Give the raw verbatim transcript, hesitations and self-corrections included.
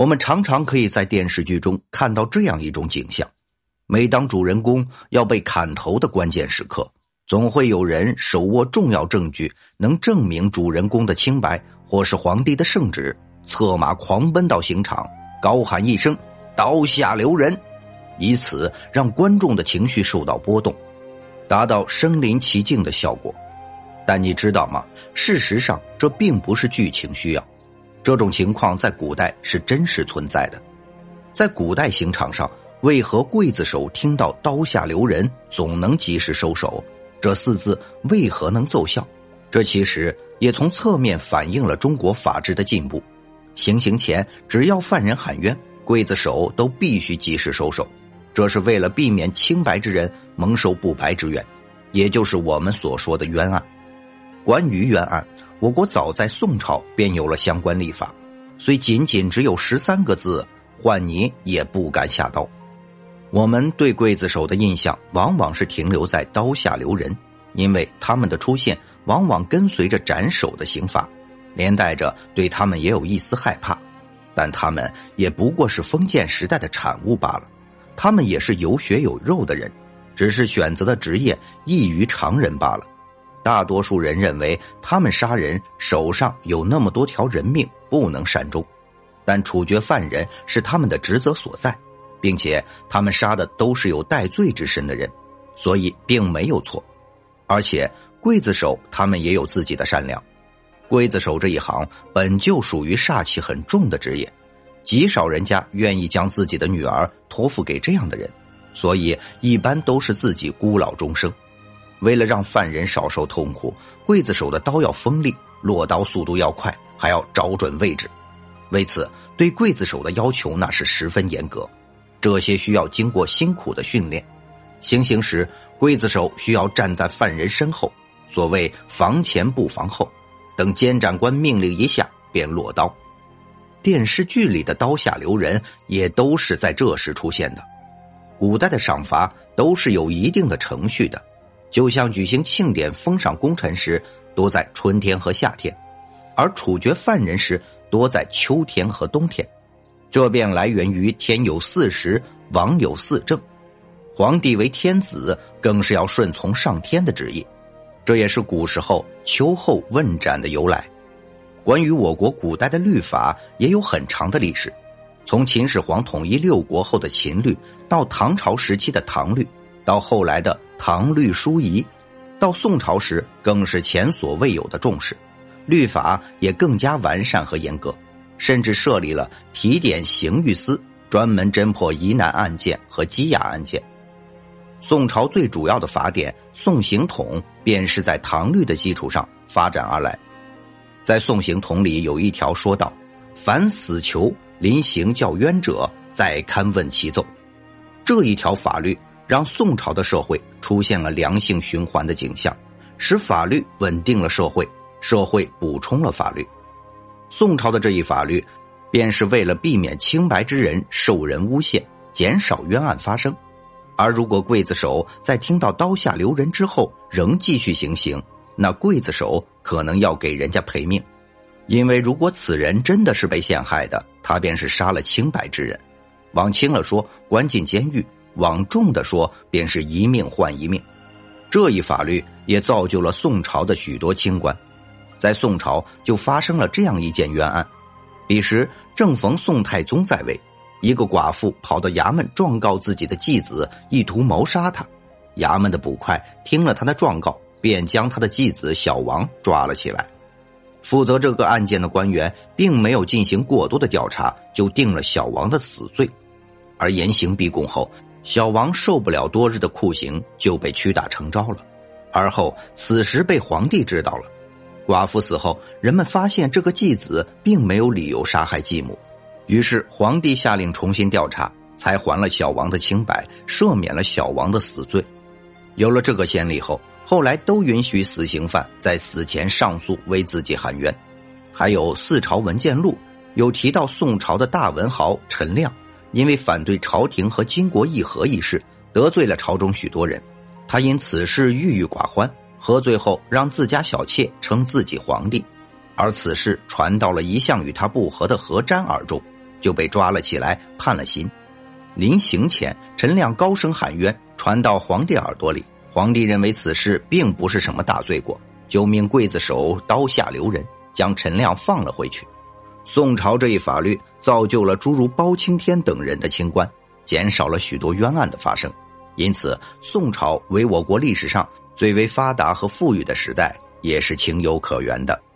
我们常常可以在电视剧中看到这样一种景象，每当主人公要被砍头的关键时刻，总会有人手握重要证据能证明主人公的清白或是皇帝的圣旨，策马狂奔到刑场，高喊一声刀下留人，以此让观众的情绪受到波动，达到身临其境的效果。但你知道吗？事实上这并不是剧情需要，这种情况在古代是真实存在的。在古代刑场上，为何刽子手听到刀下留人总能及时收手？这四字为何能奏效？这其实也从侧面反映了中国法治的进步。行刑前，只要犯人喊冤，刽子手都必须及时收手，这是为了避免清白之人蒙受不白之冤，也就是我们所说的冤案。关于冤案，我国早在宋朝便有了相关立法，虽仅仅只有十三个字，换你也不敢下刀。我们对刽子手的印象往往是停留在刀下留人，因为他们的出现往往跟随着斩首的刑罚，连带着对他们也有一丝害怕。但他们也不过是封建时代的产物罢了，他们也是有血有肉的人，只是选择的职业异于常人罢了。大多数人认为他们杀人手上有那么多条人命不能善终，但处决犯人是他们的职责所在，并且他们杀的都是有戴罪之身的人，所以并没有错。而且刽子手他们也有自己的善良，刽子手这一行本就属于煞气很重的职业，极少人家愿意将自己的女儿托付给这样的人，所以一般都是自己孤老终生。为了让犯人少受痛苦，刽子手的刀要锋利，落刀速度要快，还要找准位置。为此，对刽子手的要求那是十分严格，这些需要经过辛苦的训练。行刑时，刽子手需要站在犯人身后，所谓防前不防后，等监斩官命令一下便落刀。电视剧里的刀下留人也都是在这时出现的。古代的赏罚都是有一定的程序的，就像举行庆典封赏功臣时多在春天和夏天，而处决犯人时多在秋天和冬天。这便来源于天有四时，王有四正，皇帝为天子，更是要顺从上天的旨意，这也是古时候秋后问斩的由来。关于我国古代的律法也有很长的历史，从秦始皇统一六国后的秦律，到唐朝时期的唐律，到后来的唐律疏仪，到宋朝时更是前所未有的重视，律法也更加完善和严格，甚至设立了提点刑狱司，专门侦破疑难案件和羁押案件。宋朝最主要的法典《宋刑统》便是在唐律的基础上发展而来。在《宋刑统》里有一条说道：凡死囚临刑较冤者，再堪问其奏。这一条法律让宋朝的社会出现了良性循环的景象，使法律稳定了社会，社会补充了法律。宋朝的这一法律便是为了避免清白之人受人诬陷，减少冤案发生。而如果刽子手在听到刀下留人之后仍继续行刑，那刽子手可能要给人家赔命，因为如果此人真的是被陷害的，他便是杀了清白之人。往轻了说关进监狱，往重的说便是一命换一命。这一法律也造就了宋朝的许多清官。在宋朝就发生了这样一件冤案，彼时正逢宋太宗在位，一个寡妇跑到衙门状告自己的继子，意图谋杀他。衙门的捕快听了他的状告，便将他的继子小王抓了起来。负责这个案件的官员并没有进行过多的调查，就定了小王的死罪。而严刑逼供后，小王受不了多日的酷刑，就被屈打成招了。而后此时被皇帝知道了，寡妇死后，人们发现这个继子并没有理由杀害继母，于是皇帝下令重新调查，才还了小王的清白，赦免了小王的死罪。有了这个先例后，后来都允许死刑犯在死前上诉为自己喊冤。还有《四朝文件录》有提到宋朝的大文豪陈亮，因为反对朝廷和金国议和一事，得罪了朝中许多人，他因此事郁郁寡欢，喝醉后让自家小妾称自己皇帝，而此事传到了一向与他不和的何瞻耳中， 就被抓了起来，判了刑。临刑前，陈亮高声喊冤，传到皇帝耳朵里。皇帝认为此事并不是什么大罪过，就命刽子手刀下留人，将陈亮放了回去。宋朝这一法律造就了诸如包青天等人的清官，减少了许多冤案的发生。因此，宋朝为我国历史上最为发达和富裕的时代，也是情有可原的。